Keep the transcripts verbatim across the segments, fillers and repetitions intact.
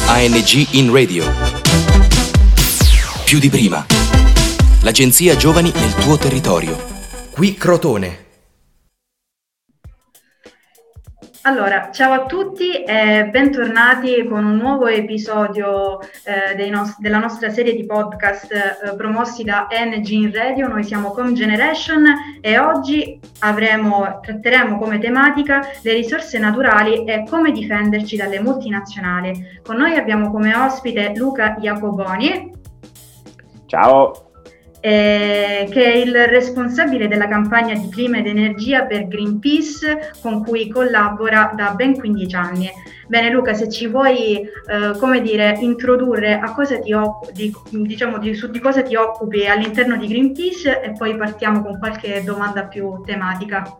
A N G in Radio. Più di prima. L'agenzia Giovani nel tuo territorio. Qui Crotone. Allora, ciao a tutti e bentornati con un nuovo episodio eh, dei nos- della nostra serie di podcast eh, promossi da A N G in Radio. Noi siamo Com Generation e oggi avremo, tratteremo come tematica le risorse naturali e come difenderci dalle multinazionali. Con noi abbiamo come ospite Luca Iacoboni. Ciao. Eh, che è il responsabile della campagna di clima ed energia per Greenpeace, con cui collabora da ben quindici anni. Bene Luca, se ci vuoi eh, come dire, introdurre a cosa ti occupi, diciamo di, su di cosa ti occupi all'interno di Greenpeace, e poi partiamo con qualche domanda più tematica.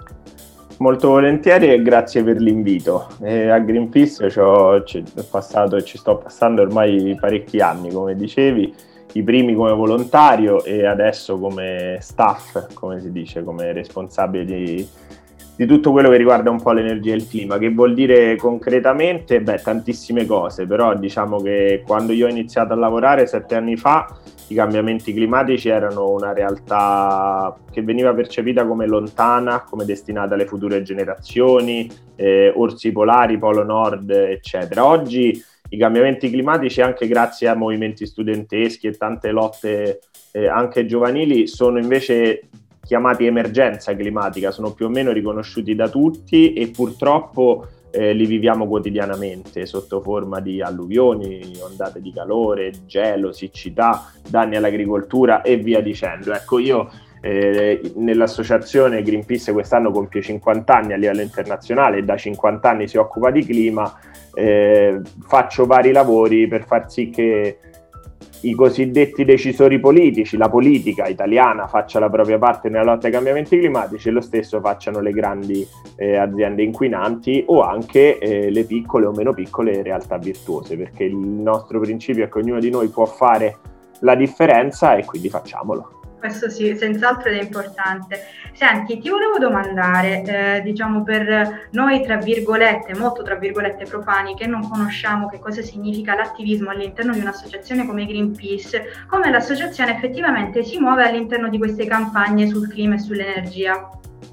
Molto volentieri e grazie per l'invito. Eh, a Greenpeace ci ho, ci ho passato e ci sto passando ormai parecchi anni, come dicevi. I primi come volontario e adesso come staff, come si dice, come responsabile di, di tutto quello che riguarda un po' l'energia e il clima. Che vuol dire concretamente? Beh, tantissime cose, però diciamo che quando io ho iniziato a lavorare sette anni fa i cambiamenti climatici erano una realtà che veniva percepita come lontana, come destinata alle future generazioni, eh, orsi polari, polo nord, eccetera. Oggi i cambiamenti climatici, anche grazie a movimenti studenteschi e tante lotte eh, anche giovanili, sono invece chiamati emergenza climatica, sono più o meno riconosciuti da tutti e purtroppo eh, li viviamo quotidianamente sotto forma di alluvioni, ondate di calore, gelo, siccità, danni all'agricoltura e via dicendo. Ecco, io eh, nell'associazione Greenpeace quest'anno compie cinquanta anni a livello internazionale e da cinquanta anni si occupa di clima. Eh, faccio vari lavori per far sì che i cosiddetti decisori politici, la politica italiana, faccia la propria parte nella lotta ai cambiamenti climatici e lo stesso facciano le grandi eh, aziende inquinanti o anche eh, le piccole o meno piccole realtà virtuose, perché il nostro principio è che ognuno di noi può fare la differenza e quindi facciamolo. Questo sì, senz'altro è importante. Senti, ti volevo domandare, eh, diciamo per noi tra virgolette, molto tra virgolette profani, che non conosciamo che cosa significa l'attivismo all'interno di un'associazione come Greenpeace, come l'associazione effettivamente si muove all'interno di queste campagne sul clima e sull'energia?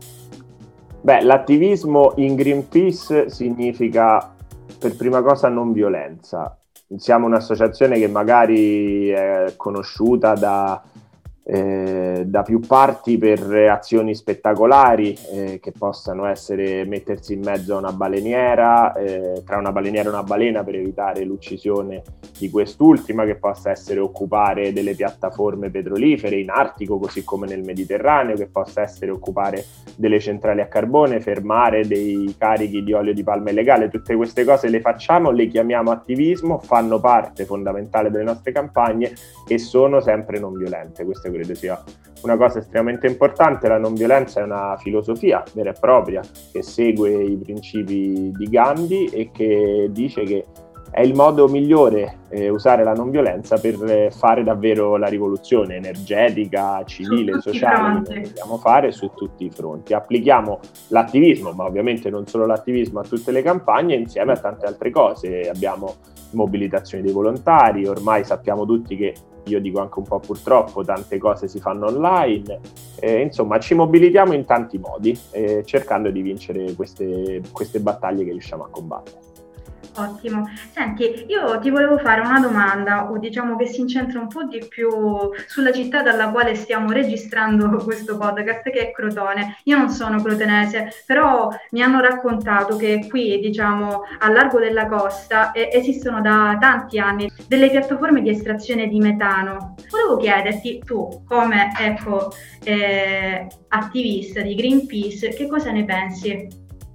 Beh, l'attivismo in Greenpeace significa per prima cosa non violenza. Siamo un'associazione che magari è conosciuta da Eh, da più parti per azioni spettacolari eh, che possano essere mettersi in mezzo a una baleniera, eh, tra una baleniera e una balena per evitare l'uccisione di quest'ultima, che possa essere occupare delle piattaforme petrolifere in Artico così come nel Mediterraneo, che possa essere occupare delle centrali a carbone, fermare dei carichi di olio di palma illegale. Tutte queste cose le facciamo, le chiamiamo attivismo, fanno parte fondamentale delle nostre campagne e sono sempre non violente. Questo credo sia una cosa estremamente importante. La non violenza è una filosofia vera e propria che segue i principi di Gandhi e che dice che è il modo migliore eh, usare la non violenza per eh, fare davvero la rivoluzione energetica, civile, sociale che dobbiamo fare su tutti i fronti. Applichiamo l'attivismo, ma ovviamente non solo l'attivismo, a tutte le campagne insieme a tante altre cose. Abbiamo mobilitazioni dei volontari, ormai sappiamo tutti che, io dico anche un po' purtroppo, tante cose si fanno online, eh, insomma ci mobilitiamo in tanti modi eh, cercando di vincere queste, queste battaglie che riusciamo a combattere. Ottimo. Senti, io ti volevo fare una domanda, o diciamo che si incentra un po' di più sulla città dalla quale stiamo registrando questo podcast, che è Crotone. Io non sono crotonese, però mi hanno raccontato che qui, diciamo, a largo della costa eh, esistono da tanti anni delle piattaforme di estrazione di metano. Volevo chiederti, tu come ecco, eh, attivista di Greenpeace, che cosa ne pensi?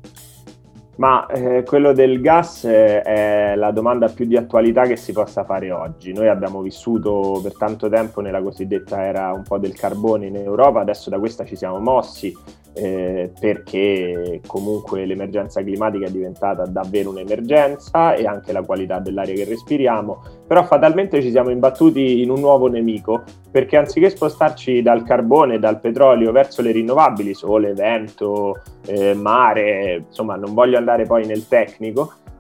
Ma eh, quello del gas eh, è la domanda più di attualità che si possa fare oggi. Noi abbiamo vissuto per tanto tempo nella cosiddetta era un po' del carbone in Europa, adesso da questa ci siamo mossi eh, perché comunque l'emergenza climatica è diventata davvero un'emergenza e anche la qualità dell'aria che respiriamo, però fatalmente ci siamo imbattuti in un nuovo nemico, perché anziché spostarci dal carbone, dal petrolio verso le rinnovabili, sole, vento, eh, mare, insomma non voglio andare poi nel tecnico, ci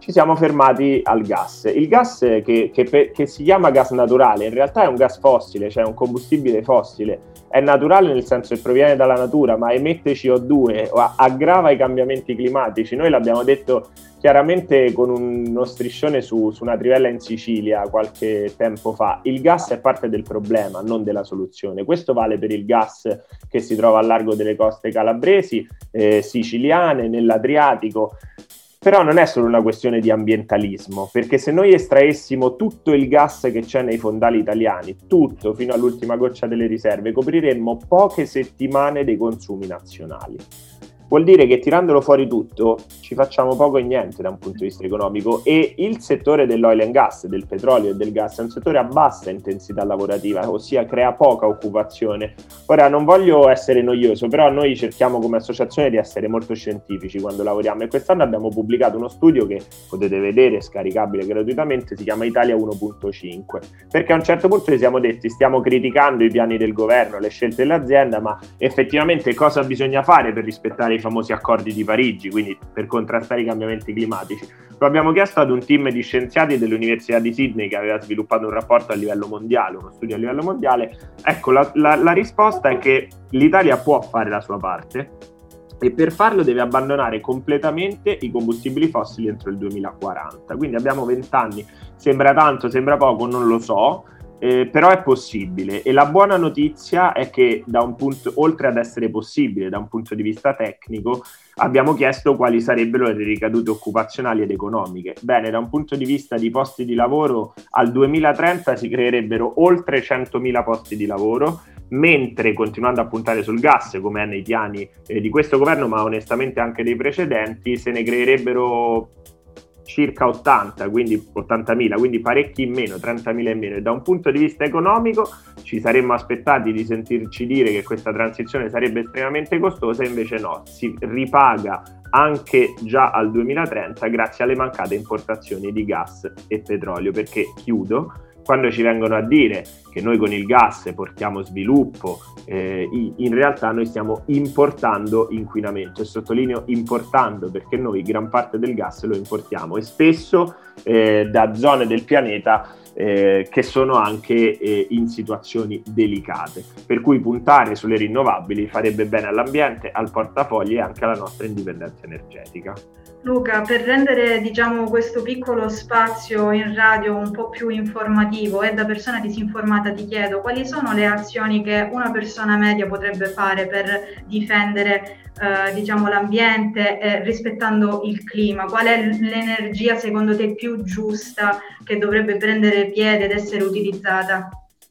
ci siamo fermati al gas. Il gas che, che, che si chiama gas naturale, in realtà è un gas fossile, cioè un combustibile fossile. È naturale nel senso che proviene dalla natura, ma emette C O due, aggrava i cambiamenti climatici. Noi l'abbiamo detto chiaramente con uno striscione su, su una trivella in Sicilia qualche tempo fa. Il gas è parte del problema, non della soluzione. Questo vale per il gas che si trova al largo delle coste calabresi, eh, siciliane, nell'Adriatico. Però non è solo una questione di ambientalismo, perché se noi estraessimo tutto il gas che c'è nei fondali italiani, tutto fino all'ultima goccia delle riserve, copriremmo poche settimane dei consumi nazionali. Vuol dire che tirandolo fuori tutto ci facciamo poco e niente da un punto di vista economico, e il settore dell'oil and gas, del petrolio e del gas, è un settore a bassa intensità lavorativa, ossia crea poca occupazione. Ora non voglio essere noioso, però noi cerchiamo come associazione di essere molto scientifici quando lavoriamo, e quest'anno abbiamo pubblicato uno studio che potete vedere, scaricabile gratuitamente, si chiama Italia uno punto cinque, perché a un certo punto ci siamo detti stiamo criticando i piani del governo, le scelte dell'azienda, ma effettivamente cosa bisogna fare per rispettare i famosi accordi di Parigi, quindi per contrastare i cambiamenti climatici? Lo abbiamo chiesto ad un team di scienziati dell'Università di Sydney che aveva sviluppato un rapporto a livello mondiale, uno studio a livello mondiale. Ecco, la, la, la risposta è che l'Italia può fare la sua parte, e per farlo deve abbandonare completamente i combustibili fossili entro il duemilaquaranta. Quindi abbiamo vent'anni, sembra tanto, sembra poco, non lo so, Eh, però è possibile. E la buona notizia è che da un punto, oltre ad essere possibile da un punto di vista tecnico, abbiamo chiesto quali sarebbero le ricadute occupazionali ed economiche. Bene, da un punto di vista di posti di lavoro, al duemilatrenta si creerebbero oltre centomila posti di lavoro, mentre continuando a puntare sul gas, come è nei piani eh, di questo governo, ma onestamente anche dei precedenti, se ne creerebbero circa ottanta, quindi ottantamila, quindi parecchi in meno, trentamila in meno. E da un punto di vista economico ci saremmo aspettati di sentirci dire che questa transizione sarebbe estremamente costosa, invece no, si ripaga anche già al duemilatrenta grazie alle mancate importazioni di gas e petrolio. Perché, chiudo, quando ci vengono a dire che noi con il gas portiamo sviluppo, eh, in realtà noi stiamo importando inquinamento, e sottolineo importando, perché noi gran parte del gas lo importiamo, e spesso eh, da zone del pianeta eh, che sono anche eh, in situazioni delicate, per cui puntare sulle rinnovabili farebbe bene all'ambiente, al portafogli e anche alla nostra indipendenza energetica. Luca, per rendere diciamo questo piccolo spazio in radio un po' più informativo e da persona disinformata, ti chiedo quali sono le azioni che una persona media potrebbe fare per difendere eh, diciamo l'ambiente eh, rispettando il clima? Qual è l'energia secondo te più giusta che dovrebbe prendere piede ed essere utilizzata?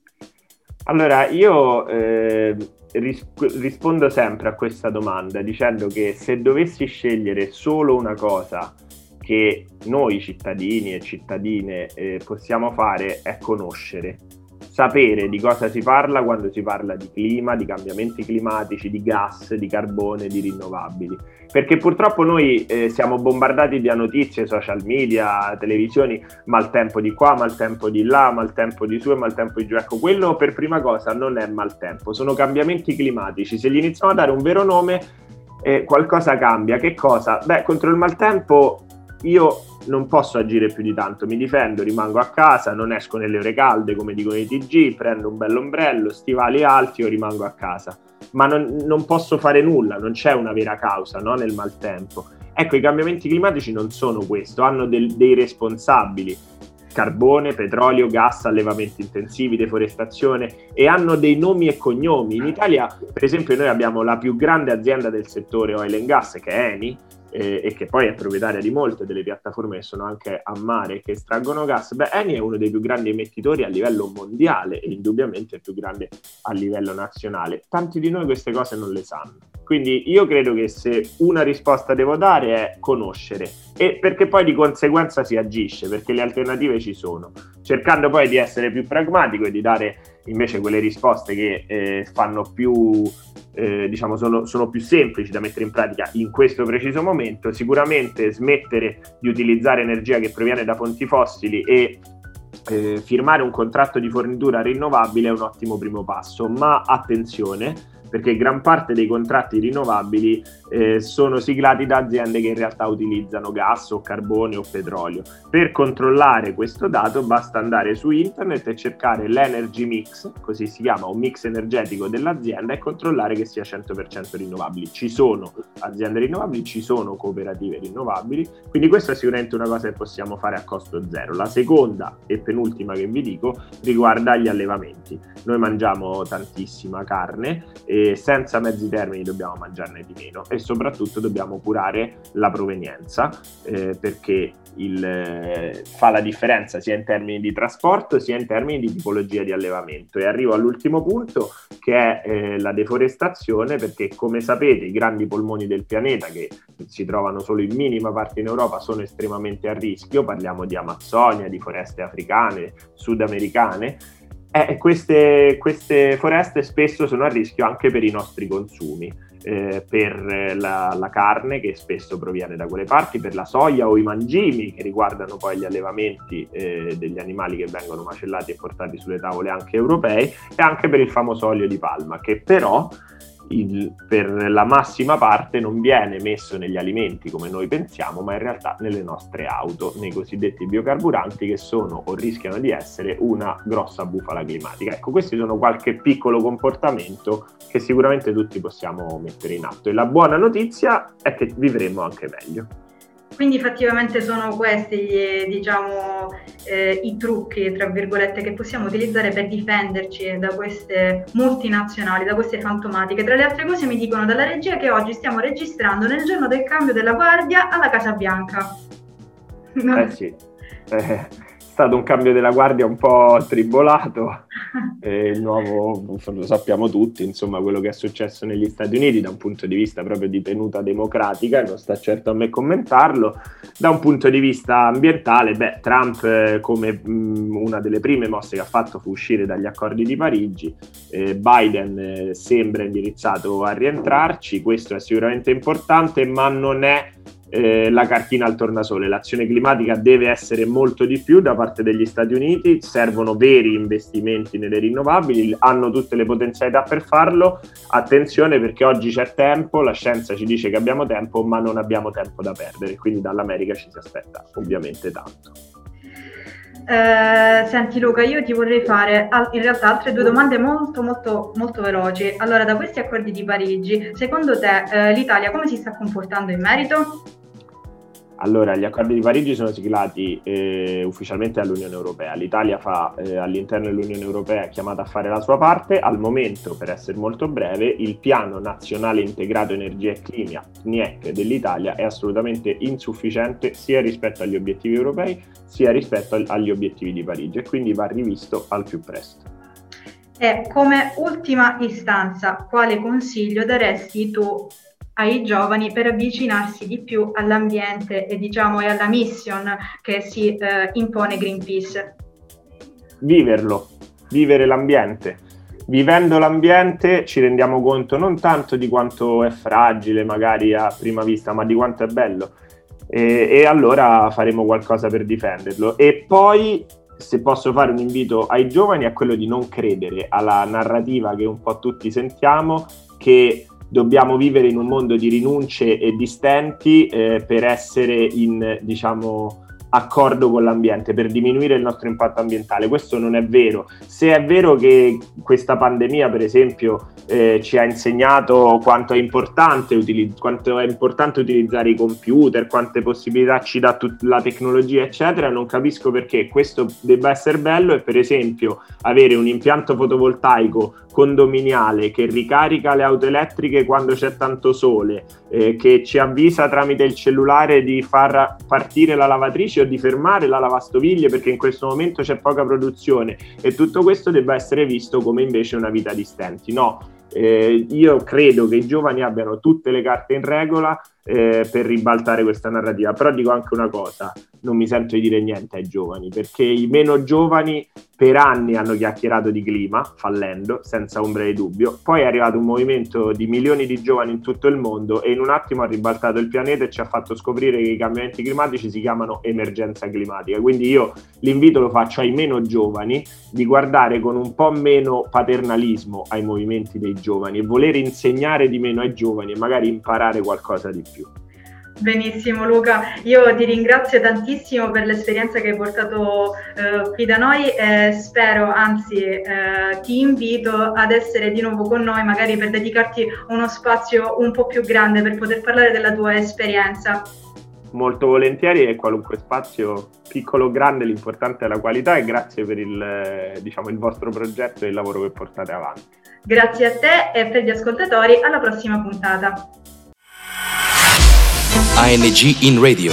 Allora, io eh, ris- rispondo sempre a questa domanda dicendo che se dovessi scegliere solo una cosa che noi cittadini e cittadine eh, possiamo fare è conoscere, sapere di cosa si parla quando si parla di clima, di cambiamenti climatici, di gas, di carbone, di rinnovabili. Perché purtroppo noi eh, siamo bombardati da notizie, social media, televisioni, maltempo di qua, maltempo di là, maltempo di su e maltempo di giù. Ecco, quello per prima cosa non è maltempo, sono cambiamenti climatici. Se gli iniziamo a dare un vero nome, eh, qualcosa cambia. Che cosa? Beh, contro il maltempo io non posso agire più di tanto, mi difendo, rimango a casa, non esco nelle ore calde come dicono i T G, prendo un bell'ombrello, stivali alti o rimango a casa, ma non, non posso fare nulla, non c'è una vera causa, no, nel maltempo. Ecco, i cambiamenti climatici non sono questo, hanno del, dei responsabili, carbone, petrolio, gas, allevamenti intensivi, deforestazione, e hanno dei nomi e cognomi. In Italia, per esempio, noi abbiamo la più grande azienda del settore oil and gas, che è Eni, eh, e che poi è proprietaria di molte delle piattaforme che sono anche a mare che estraggono gas. Beh, Eni è uno dei più grandi emettitori a livello mondiale e indubbiamente il più grande a livello nazionale. Tanti di noi queste cose non le sanno. Quindi io credo che se una risposta devo dare è conoscere, e perché poi di conseguenza si agisce, perché le alternative ci sono, cercando poi di essere più pragmatico e di dare invece quelle risposte che eh, fanno più, eh, diciamo, sono, sono più semplici da mettere in pratica in questo preciso momento. Sicuramente smettere di utilizzare energia che proviene da fonti fossili e eh, firmare un contratto di fornitura rinnovabile è un ottimo primo passo, ma attenzione, perché gran parte dei contratti rinnovabili eh, sono siglati da aziende che in realtà utilizzano gas o carbone o petrolio. Per controllare questo dato basta andare su internet e cercare l'energy mix, così si chiama, un mix energetico dell'azienda, e controllare che sia cento per cento rinnovabili. Ci sono aziende rinnovabili, ci sono cooperative rinnovabili, quindi questa è sicuramente una cosa che possiamo fare a costo zero. La seconda e penultima che vi dico riguarda gli allevamenti. Noi mangiamo tantissima carne e senza mezzi termini dobbiamo mangiarne di meno, e soprattutto dobbiamo curare la provenienza, eh, perché il, eh, fa la differenza sia in termini di trasporto sia in termini di tipologia di allevamento. E arrivo all'ultimo punto, che è eh, la deforestazione, perché come sapete i grandi polmoni del pianeta, che si trovano solo in minima parte in Europa, sono estremamente a rischio. Parliamo di Amazzonia, di foreste africane, sudamericane. Eh, queste, queste foreste spesso sono a rischio anche per i nostri consumi, eh, per la, la carne che spesso proviene da quelle parti, per la soia o i mangimi che riguardano poi gli allevamenti eh, degli animali che vengono macellati e portati sulle tavole anche europei, e anche per il famoso olio di palma, che però il, per la massima parte non viene messo negli alimenti come noi pensiamo, ma in realtà nelle nostre auto, nei cosiddetti biocarburanti, che sono o rischiano di essere una grossa bufala climatica. Ecco, questi sono qualche piccolo comportamento che sicuramente tutti possiamo mettere in atto, e la buona notizia è che vivremo anche meglio. Quindi effettivamente sono questi gli, diciamo, eh, i trucchi, tra virgolette, che possiamo utilizzare per difenderci da queste multinazionali, da queste fantomatiche. Tra le altre cose mi dicono dalla regia che oggi stiamo registrando nel giorno del cambio della guardia alla Casa Bianca. Eh sì, eh, è stato un cambio della guardia un po' tribolato. Eh, il nuovo, lo sappiamo tutti, insomma, quello che è successo negli Stati Uniti da un punto di vista proprio di tenuta democratica, e non sta certo a me commentarlo. Da un punto di vista ambientale, beh, Trump eh, come mh, una delle prime mosse che ha fatto fu uscire dagli accordi di Parigi. eh, Biden eh, sembra indirizzato a rientrarci, questo è sicuramente importante, ma non è Eh, la cartina al tornasole. L'azione climatica deve essere molto di più da parte degli Stati Uniti, servono veri investimenti nelle rinnovabili, hanno tutte le potenzialità per farlo. Attenzione, perché oggi c'è tempo, la scienza ci dice che abbiamo tempo, ma non abbiamo tempo da perdere, quindi dall'America ci si aspetta ovviamente tanto. Eh, senti Luca, io ti vorrei fare in realtà altre due domande molto molto molto veloci. Allora, da questi accordi di Parigi, secondo te eh, l'Italia come si sta comportando in merito? Allora, gli accordi di Parigi sono siglati eh, ufficialmente dall'Unione Europea. L'Italia fa eh, all'interno dell'Unione Europea, è chiamata a fare la sua parte. Al momento, per essere molto breve, il Piano Nazionale Integrato Energia e Clima P N I E C dell'Italia è assolutamente insufficiente sia rispetto agli obiettivi europei sia rispetto agli obiettivi di Parigi, e quindi va rivisto al più presto. E come ultima istanza, quale consiglio daresti tu ai giovani per avvicinarsi di più all'ambiente e diciamo e alla mission che si eh, impone Greenpeace? Viverlo, vivere l'ambiente. Vivendo l'ambiente ci rendiamo conto non tanto di quanto è fragile magari a prima vista, ma di quanto è bello, e, e allora faremo qualcosa per difenderlo. E poi, se posso fare un invito ai giovani, è quello di non credere alla narrativa che un po' tutti sentiamo, che dobbiamo vivere in un mondo di rinunce e di stenti eh, per essere in, diciamo, accordo con l'ambiente, per diminuire il nostro impatto ambientale. Questo non è vero. Se è vero che questa pandemia, per esempio, eh, ci ha insegnato quanto è importante utilizz- quanto è importante utilizzare i computer, quante possibilità ci dà tut- la tecnologia, eccetera, non capisco perché questo debba essere bello, e per esempio avere un impianto fotovoltaico condominiale che ricarica le auto elettriche quando c'è tanto sole, eh, che ci avvisa tramite il cellulare di far partire la lavatrice o di fermare la lavastoviglie perché in questo momento c'è poca produzione, e tutto questo debba essere visto come invece una vita di stenti. No, eh, io credo che i giovani abbiano tutte le carte in regola, eh, per ribaltare questa narrativa. Però dico anche una cosa, non mi sento di dire niente ai giovani, perché i meno giovani per anni hanno chiacchierato di clima, fallendo, senza ombra di dubbio. Poi è arrivato un movimento di milioni di giovani in tutto il mondo e in un attimo ha ribaltato il pianeta e ci ha fatto scoprire che i cambiamenti climatici si chiamano emergenza climatica. Quindi io l'invito lo faccio ai meno giovani di guardare con un po' meno paternalismo ai movimenti dei giovani e voler insegnare di meno ai giovani e magari imparare qualcosa di più. Benissimo Luca, io ti ringrazio tantissimo per l'esperienza che hai portato eh, qui da noi e spero, anzi eh, ti invito ad essere di nuovo con noi, magari per dedicarti uno spazio un po' più grande per poter parlare della tua esperienza. Molto volentieri, e qualunque spazio, piccolo o grande, l'importante è la qualità, e grazie per il, diciamo, il vostro progetto e il lavoro che portate avanti. Grazie a te e per gli ascoltatori, alla prossima puntata. A N G in Radio.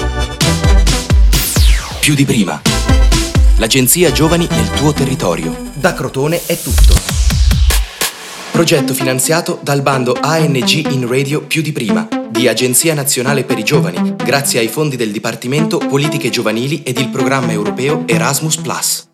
Più di prima. L'agenzia Giovani nel tuo territorio. Da Crotone è tutto. Progetto finanziato dal bando A N G in Radio Più di prima di Agenzia Nazionale per i Giovani, grazie ai fondi del Dipartimento Politiche Giovanili ed il programma europeo Erasmus Plus.